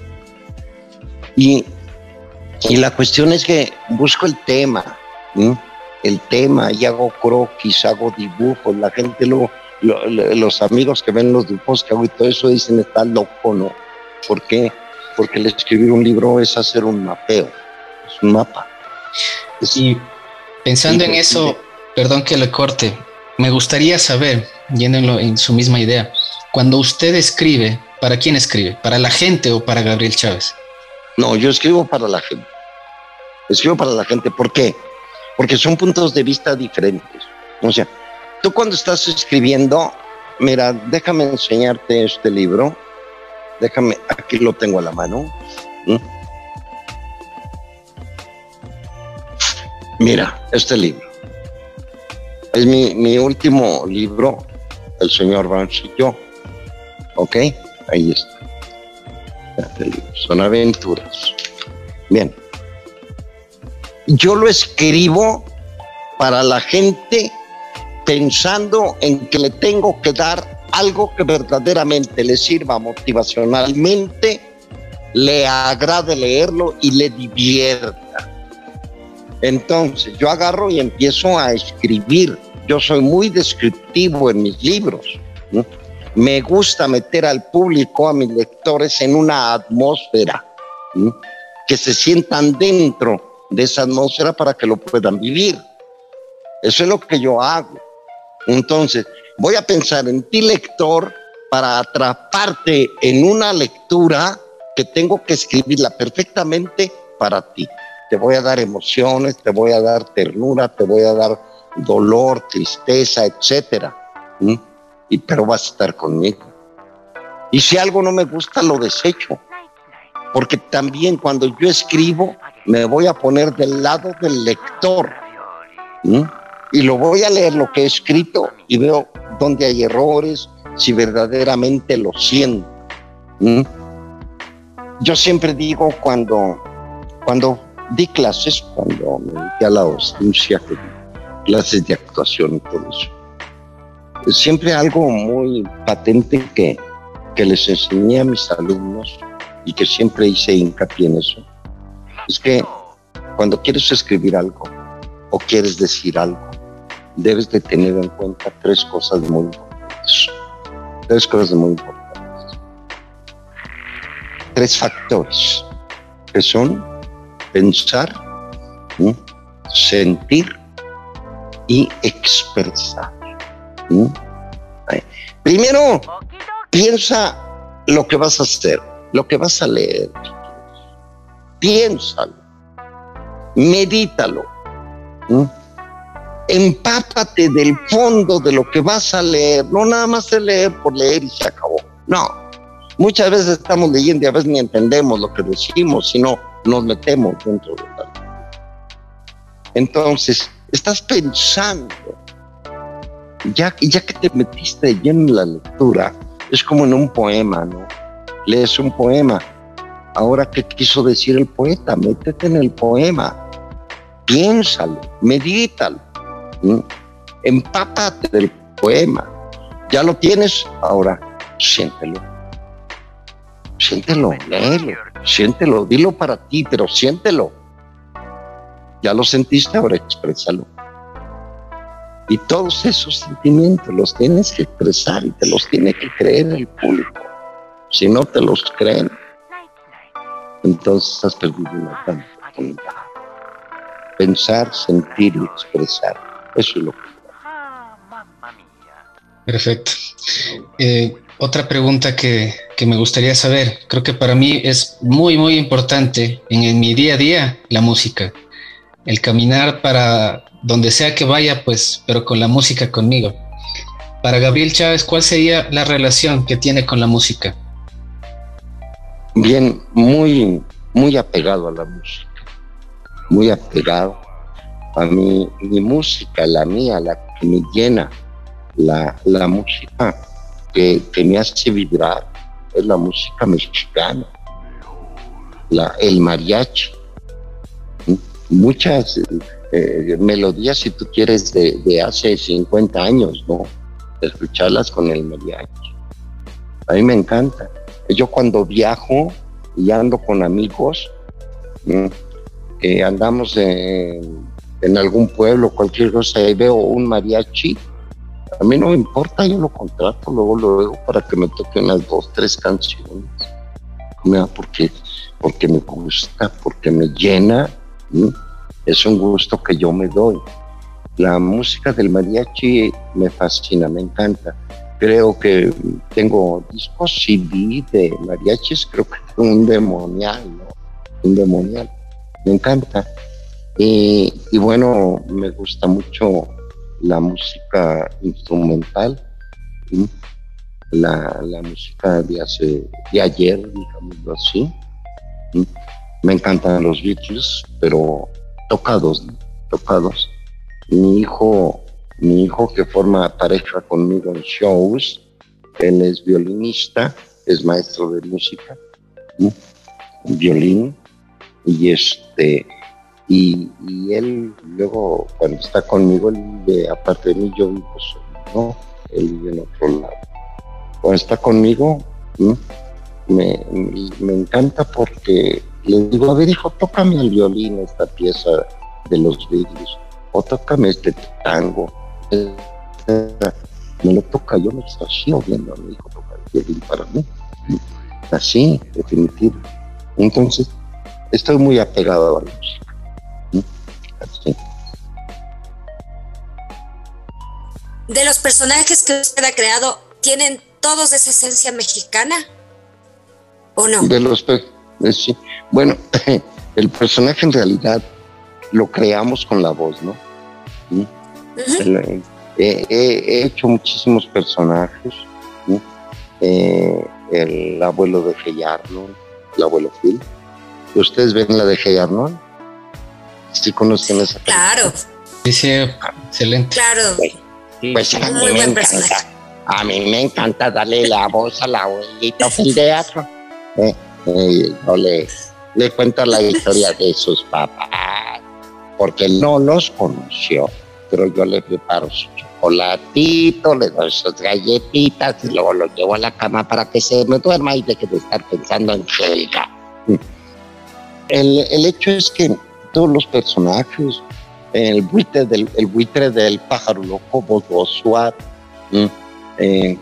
Y, y la cuestión es que busco el tema, ¿sí? El tema, y hago croquis, hago dibujos. La gente, lo, lo, los amigos que ven los dibujos que hago y todo eso dicen, está loco, ¿no? ¿Por qué? Porque el escribir un libro es hacer un mapeo, es un mapa. Y pensando en eso, perdón que le corte, me gustaría saber, yéndolo en su misma idea, cuando usted escribe, ¿para quién escribe? ¿Para la gente o para Gabriel Chávez? No, yo escribo para la gente. Escribo para la gente, ¿por qué? Porque son puntos de vista diferentes. O sea, tú cuando estás escribiendo, mira, déjame enseñarte este libro, déjame, aquí lo tengo a la mano. ¿Mm? Mira, este libro es mi, mi último libro, El señor Burns y yo. Ok, ahí está. Son aventuras. Bien. Yo lo escribo para la gente pensando en que le tengo que dar algo que verdaderamente le sirva motivacionalmente, le agrade leerlo y le divierta. Entonces yo agarro y empiezo a escribir. Yo soy muy descriptivo en mis libros, ¿no? Me gusta meter al público, a mis lectores, en una atmósfera, ¿no? Que se sientan dentro de esa atmósfera para que lo puedan vivir. Eso es lo que yo hago. Entonces, voy a pensar en ti, lector, para atraparte en una lectura que tengo que escribirla perfectamente para ti. Te voy a dar emociones, te voy a dar ternura, te voy a dar dolor, tristeza, etcétera. ¿Mm? Y, pero vas a estar conmigo. Y si algo no me gusta, lo desecho. Porque también cuando yo escribo, me voy a poner del lado del lector. ¿Mm? Y lo voy a leer lo que he escrito y veo dónde hay errores, si verdaderamente lo siento. ¿Mm? Yo siempre digo cuando, cuando di clases, cuando me dediqué a la docencia, clases de actuación y todo eso, siempre algo muy patente que, que les enseñé a mis alumnos y que siempre hice hincapié en eso, es que cuando quieres escribir algo o quieres decir algo, debes de tener en cuenta tres cosas muy importantes. Tres cosas muy importantes. Tres factores, que son pensar, ¿sí? sentir y expresar. ¿Sí? Primero, piensa lo que vas a hacer, lo que vas a leer. Piénsalo, medítalo. ¿Sí? Empápate del fondo de lo que vas a leer, no nada más es leer por leer y se acabó. No, muchas veces estamos leyendo y a veces ni entendemos lo que decimos, sino nos metemos dentro de la. Entonces, estás pensando, ya, ya que te metiste lleno en la lectura, es como en un poema, ¿no? Lees un poema. Ahora, ¿qué quiso decir el poeta? Métete en el poema, piénsalo, medítalo. ¿Mm? Empápate del poema. Ya lo tienes, ahora siéntelo. Siéntelo, léelo, siéntelo, dilo para ti, pero siéntelo. Ya lo sentiste, ahora exprésalo. Y todos esos sentimientos los tienes que expresar y te los tiene que creer el público. Si no te los creen, entonces has perdido una gran oportunidad. Pensar, sentir y expresar. Eso es lo que... Perfecto. Eh, otra pregunta que, que me gustaría saber, creo que para mí es muy, muy importante en, en mi día a día, la música. El caminar para donde sea que vaya, pues, pero con la música conmigo. Para Gabriel Chávez, ¿cuál sería la relación que tiene con la música? Bien, muy, muy apegado a la música. Muy apegado. A mí, mi música, la mía, la que me llena, la, la música que, que me hace vibrar, es la música mexicana, la, el mariachi. Muchas eh, melodías, si tú quieres, de, de hace cincuenta años, ¿no? Escucharlas con el mariachi. A mí me encanta. Yo cuando viajo y ando con amigos, eh, andamos en... en algún pueblo, cualquier cosa, y veo un mariachi, a mí no me importa, yo lo contrato luego, luego, para que me toque unas dos, tres canciones, ¿no? porque, porque me gusta, porque me llena, ¿sí? Es un gusto que yo me doy. La música del mariachi me fascina, me encanta. Creo que tengo discos C D de mariachis, creo que es un demonial, ¿no? Un demonial, me encanta. Y, y bueno, me gusta mucho la música instrumental, ¿sí? la, la música de, hace, de ayer, digámoslo así. ¿Sí? Me encantan los Beatles, pero tocados, ¿no? tocados. Mi hijo, mi hijo que forma pareja conmigo en shows, él es violinista, es maestro de música, ¿no? Un violín, y este, y, y él luego, cuando está conmigo, él vive, aparte de mí, yo vivo solo, ¿no? Él vive en otro lado. Cuando está conmigo, ¿no? me, me, me encanta porque le digo, a ver, hijo, tócame el violín, esta pieza de los Beatles, o tócame este tango. Me lo toca, yo me extasío viendo a mi hijo tocar el violín para mí. Así, definitivo. Entonces, estoy muy apegado a la música. Así. De los personajes que usted ha creado, ¿tienen todos esa esencia mexicana? ¿O no? De los eh, sí. Bueno, el personaje en realidad lo creamos con la voz, ¿no? ¿Sí? Uh-huh. el, eh, he hecho muchísimos personajes, ¿sí? eh, el abuelo de Hey Arnold, el abuelo Phil. ¿Ustedes ven la de Hey Arnold? ¿Sí conocen esa? Claro. Sí, sí, excelente. Claro. Pues, pues a, mí me encanta, a mí me encanta darle la voz al abuelito Phil de Arnold. Eh, eh, yo le, le cuento la historia de sus papás, porque no los conoció, pero yo le preparo su chocolatito, le doy sus galletitas y luego lo llevo a la cama para que se me duerma y deje de estar pensando en Helga. El, el hecho es que todos los personajes, el buitre del, el buitre del pájaro loco, Bobo Swat, eh,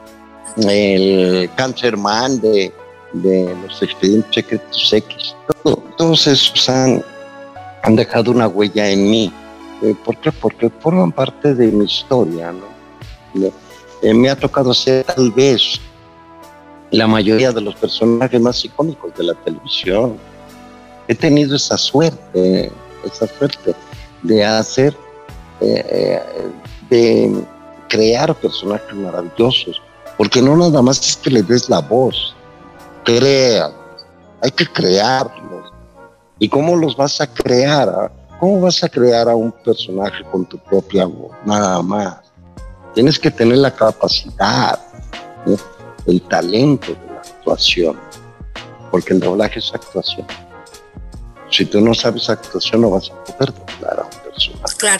el Cancerman de, de los Expedientes Secretos X, todo, todos esos han, han dejado una huella en mí. Eh, ¿Por qué? Porque forman parte de mi historia, ¿no? Eh, me ha tocado ser tal vez la mayoría de los personajes más icónicos de la televisión. He tenido esa suerte, esa suerte de hacer, eh, de crear personajes maravillosos, porque no nada más es que le des la voz, crea, hay que crearlos. ¿Y cómo los vas a crear? ¿Cómo vas a crear a un personaje con tu propia voz? Nada más. Tienes que tener la capacidad, ¿no? El talento de la actuación, porque el doblaje es actuación. Si tú no sabes actuación, no vas a poder doblar a un personaje. Claro.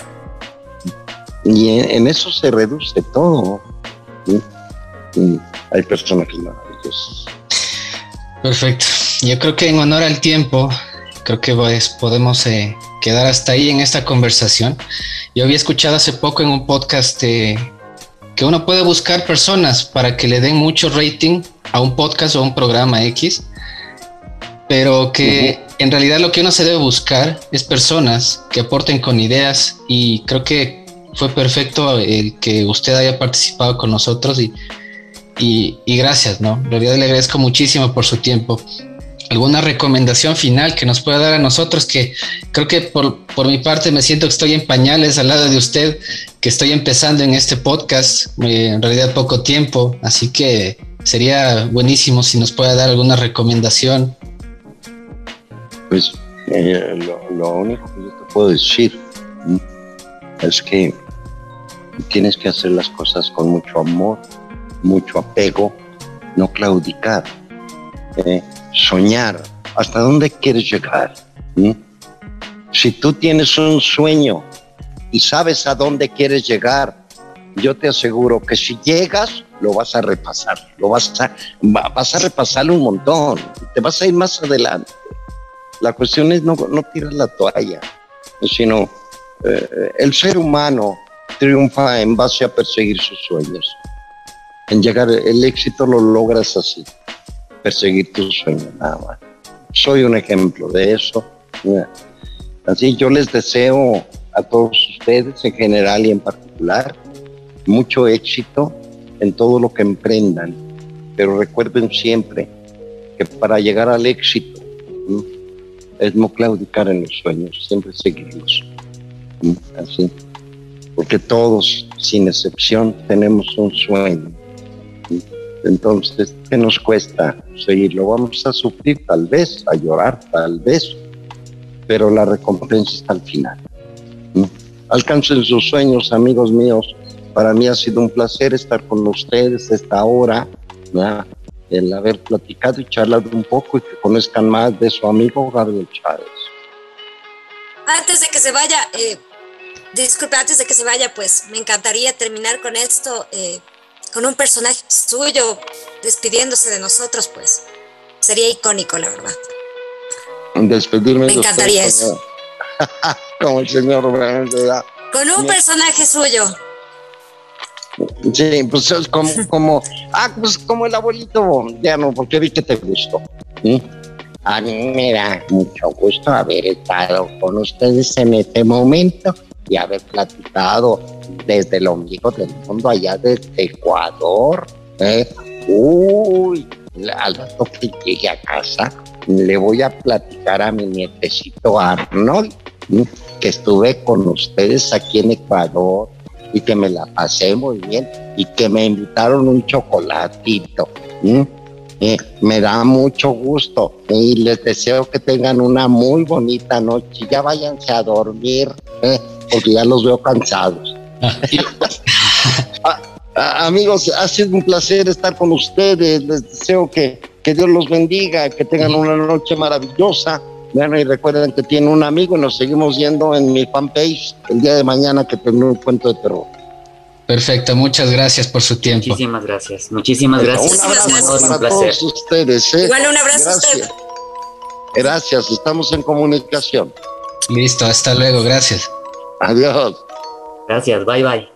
Y en, en eso se reduce todo, ¿sí? Y hay personajes maravillosos. Perfecto. Yo creo que en honor al tiempo, creo que pues, podemos eh, quedar hasta ahí en esta conversación. Yo había escuchado hace poco en un podcast eh, que uno puede buscar personas para que le den mucho rating a un podcast o a un programa X, pero que uh-huh. en realidad lo que uno se debe buscar es personas que aporten con ideas, y creo que fue perfecto el que usted haya participado con nosotros y, y, y gracias, ¿no? En realidad le agradezco muchísimo por su tiempo. ¿Alguna recomendación final que nos pueda dar a nosotros? Que creo que por, por mi parte me siento que estoy en pañales al lado de usted, que estoy empezando en este podcast, eh, en realidad poco tiempo, así que sería buenísimo si nos pueda dar alguna recomendación. Pues eh, lo, lo único que yo te puedo decir ¿sí? es que tienes que hacer las cosas con mucho amor, mucho apego, no claudicar, eh, soñar. ¿Hasta dónde quieres llegar? ¿sí? Si tú tienes un sueño y sabes a dónde quieres llegar, yo te aseguro que si llegas, lo vas a repasar, lo vas a, vas a repasarlo un montón, te vas a ir más adelante. La cuestión es no, no tirar la toalla, sino eh, el ser humano triunfa en base a perseguir sus sueños. En llegar, el éxito lo logras así, perseguir tus sueños, nada más. Soy un ejemplo de eso. Así yo les deseo a todos ustedes en general y en particular mucho éxito en todo lo que emprendan, pero recuerden siempre que para llegar al éxito ¿sí? es no claudicar en los sueños, siempre seguirlos. ¿sí? Así, porque todos, sin excepción, tenemos un sueño. ¿sí? Entonces, ¿qué nos cuesta seguirlo? Vamos a sufrir tal vez, a llorar tal vez, pero la recompensa está al final. ¿sí? Alcancen sus sueños, amigos míos. Para mí ha sido un placer estar con ustedes esta hora, ¿verdad? el haber platicado y charlado un poco y que conozcan más de su amigo Gabriel Chávez. Antes de que se vaya, eh, disculpe, antes de que se vaya, pues me encantaría terminar con esto, eh, con un personaje suyo despidiéndose de nosotros, pues sería icónico, la verdad. Despedirme me de encantaría usted, eso. Como el señor ¿verdad? Con un personaje suyo. Sí, pues es como, como, ah, pues como el abuelito, ya no, porque vi que te gustó. ¿Sí? A mí me da mucho gusto haber estado con ustedes en este momento y haber platicado desde el ombligo del mundo allá desde Ecuador. ¿eh? Uy, al rato que llegue a casa le voy a platicar a mi nietecito Arnold, ¿sí? que estuve con ustedes aquí en Ecuador y que me la pasé muy bien y que me invitaron un chocolatito. ¿sí? Eh, me da mucho gusto y les deseo que tengan una muy bonita noche. Ya váyanse a dormir, eh, porque ya los veo cansados. a, a, amigos, ha sido un placer estar con ustedes. Les deseo que, que Dios los bendiga, que tengan una noche maravillosa. Bueno, y recuerden que tienen un amigo y nos seguimos viendo en mi fanpage el día de mañana que tendré un cuento de terror. Perfecto, muchas gracias por su tiempo. Muchísimas gracias, muchísimas gracias. Un abrazo gracias. para un placer. todos ustedes. ¿eh? Igual un abrazo gracias. a usted. Gracias, estamos en comunicación. Listo, hasta luego, gracias. Adiós. Gracias, bye bye.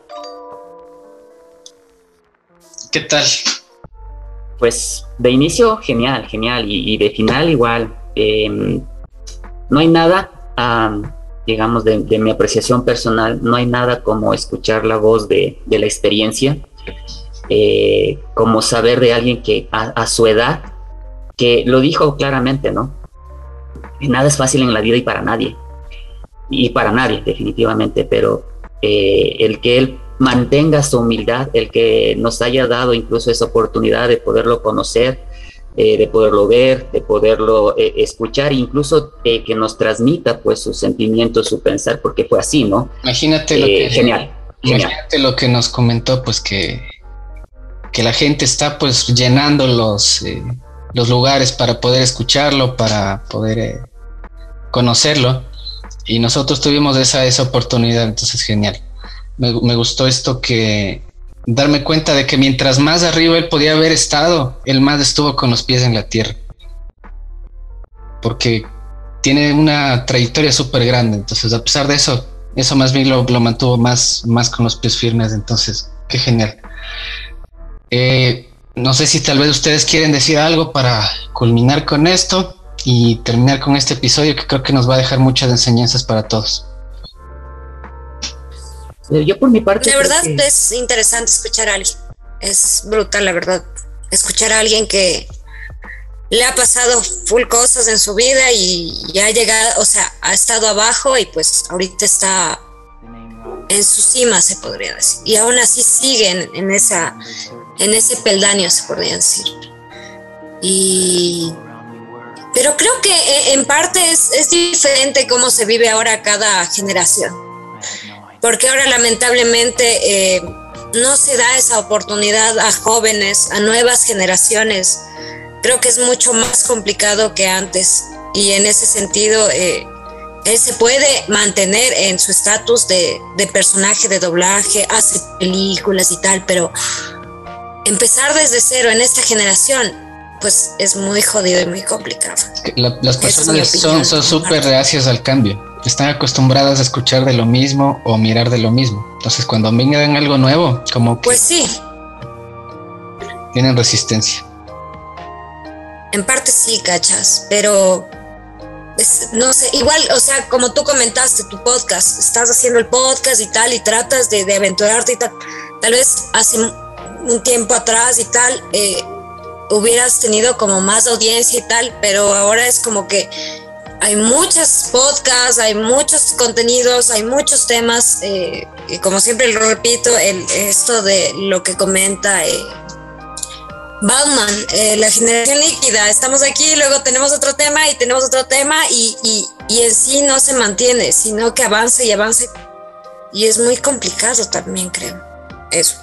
¿Qué tal? Pues de inicio, genial, genial, y, y de final igual. Eh, no hay nada... Um, digamos, de, de mi apreciación personal, no hay nada como escuchar la voz de, de la experiencia, eh, como saber de alguien que a, a su edad, que lo dijo claramente, ¿no? Nada es fácil en la vida y para nadie, y para nadie definitivamente, pero eh, el que él mantenga su humildad, el que nos haya dado incluso esa oportunidad de poderlo conocer, Eh, de poderlo ver, de poderlo eh, escuchar, incluso eh, que nos transmita pues sus sentimientos, su pensar, porque fue así, ¿no? Imagínate lo Eh, que genial, genial. Imagínate lo que nos comentó, pues que, que la gente está pues llenando los, eh, los lugares para poder escucharlo, para poder eh, conocerlo, y nosotros tuvimos esa, esa oportunidad, entonces genial. Me, me gustó esto que darme cuenta de que mientras más arriba él podía haber estado, él más estuvo con los pies en la tierra. Porque tiene una trayectoria súper grande, entonces a pesar de eso, eso más bien lo, lo mantuvo más, más con los pies firmes, entonces qué genial. Eh, no sé si tal vez ustedes quieren decir algo para culminar con esto y terminar con este episodio que creo que nos va a dejar muchas enseñanzas para todos. Yo por mi parte... La verdad que... es interesante escuchar a alguien. Es brutal, la verdad. Escuchar a alguien que le ha pasado full cosas en su vida y, y ha llegado, o sea, ha estado abajo y pues ahorita está en su cima, se podría decir. Y aún así sigue en, en, esa, en ese peldaño, se podría decir. Y... Pero creo que en parte es, es diferente cómo se vive ahora cada generación. Porque ahora lamentablemente eh, no se da esa oportunidad a jóvenes, a nuevas generaciones. Creo que es mucho más complicado que antes y en ese sentido eh, él se puede mantener en su estatus de, de personaje de doblaje, hace películas y tal, pero empezar desde cero en esta generación pues es muy jodido y muy complicado. Es que la, las personas son son súper reacias al cambio. Están acostumbradas a escuchar de lo mismo o mirar de lo mismo. Entonces, cuando vengan algo nuevo, como que pues sí, tienen resistencia. En parte sí, cachas, pero es, no sé, igual, o sea, como tú comentaste, tu podcast, estás haciendo el podcast y tal, y tratas de, de aventurarte y tal. Tal vez hace un tiempo atrás y tal, eh, hubieras tenido como más audiencia y tal, pero ahora es como que hay muchos podcasts, hay muchos contenidos, hay muchos temas, eh, y como siempre lo repito, el, esto de lo que comenta eh, Bauman, eh, la generación líquida, estamos aquí, luego tenemos otro tema y tenemos otro tema y, y, y en sí no se mantiene, sino que avanza y avanza y es muy complicado también, creo, eso.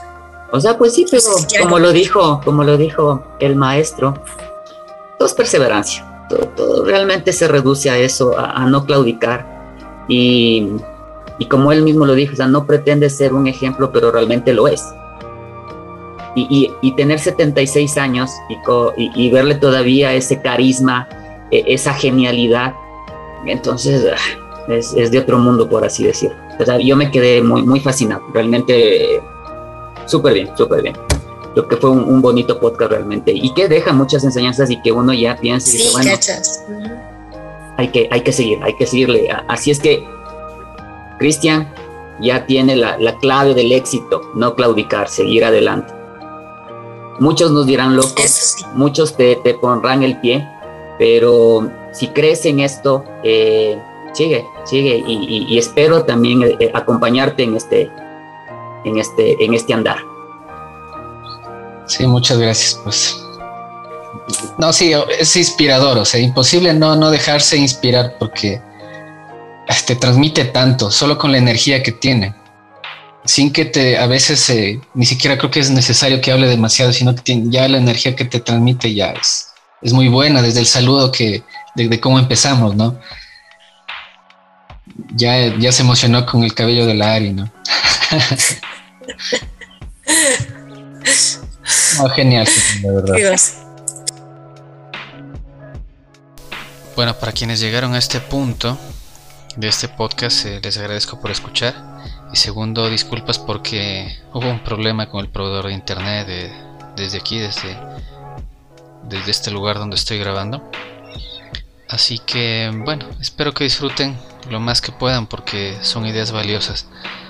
O sea, pues sí, pero como lo dijo, como lo dijo el maestro, todo es perseverancia. Todo, todo realmente se reduce a eso, a, a no claudicar. Y, y como él mismo lo dijo, o sea, no pretende ser un ejemplo, pero realmente lo es. Y, y, y tener setenta y seis años y, co, y, y verle todavía ese carisma, eh, esa genialidad, entonces es, es de otro mundo, por así decirlo. O sea, yo me quedé muy, muy fascinado, realmente súper bien, súper bien. Creo que fue un, un bonito podcast realmente y que deja muchas enseñanzas y que uno ya piensa y sí, dice, bueno, cachas. hay que, hay que seguir, hay que seguirle. Así es que Cristian ya tiene la, la clave del éxito, no claudicar, seguir adelante. Muchos nos dirán locos, sí. Muchos te, te pondrán el pie, pero si crees en esto, eh, sigue, sigue y, y, y espero también eh, acompañarte en este, en este, en este andar. Sí, muchas gracias, pues. No, sí, es inspirador, o sea, imposible no, no dejarse inspirar porque te transmite tanto, solo con la energía que tiene. Sin que te, a veces, eh, ni siquiera creo que es necesario que hable demasiado, sino que tiene, ya la energía que te transmite ya es, es muy buena, desde el saludo que, de, de cómo empezamos, ¿no? Ya, ya se emocionó con el cabello de la Ari, ¿no? No, genial, la verdad. Bueno, para quienes llegaron a este punto de este podcast, eh, les agradezco por escuchar. Y segundo, disculpas porque hubo un problema con el proveedor de internet de, desde aquí, desde, desde este lugar donde estoy grabando. Así que, bueno, espero que disfruten lo más que puedan porque son ideas valiosas.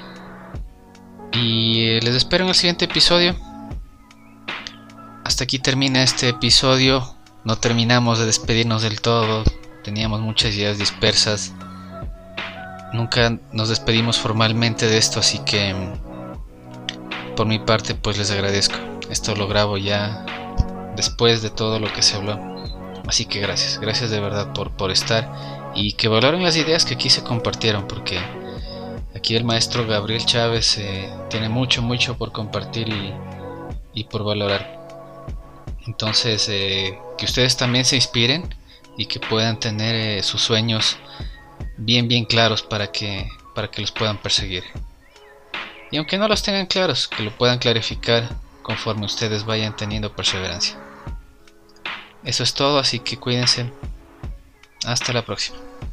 Y eh, les espero en el siguiente episodio. Hasta aquí termina este episodio. No terminamos de despedirnos del todo. Teníamos muchas ideas dispersas. Nunca nos despedimos formalmente de esto, así que por mi parte pues les agradezco. Esto lo grabo ya después de todo lo que se habló. Así que gracias, gracias de verdad por, por estar y que valoren las ideas que aquí se compartieron, porque aquí el maestro Gabriel Chávez eh, tiene mucho, mucho por compartir y, y por valorar. Entonces, eh, que ustedes también se inspiren y que puedan tener eh, sus sueños bien, bien claros para que, para que los puedan perseguir. Y aunque no los tengan claros, que lo puedan clarificar conforme ustedes vayan teniendo perseverancia. Eso es todo, así que cuídense. Hasta la próxima.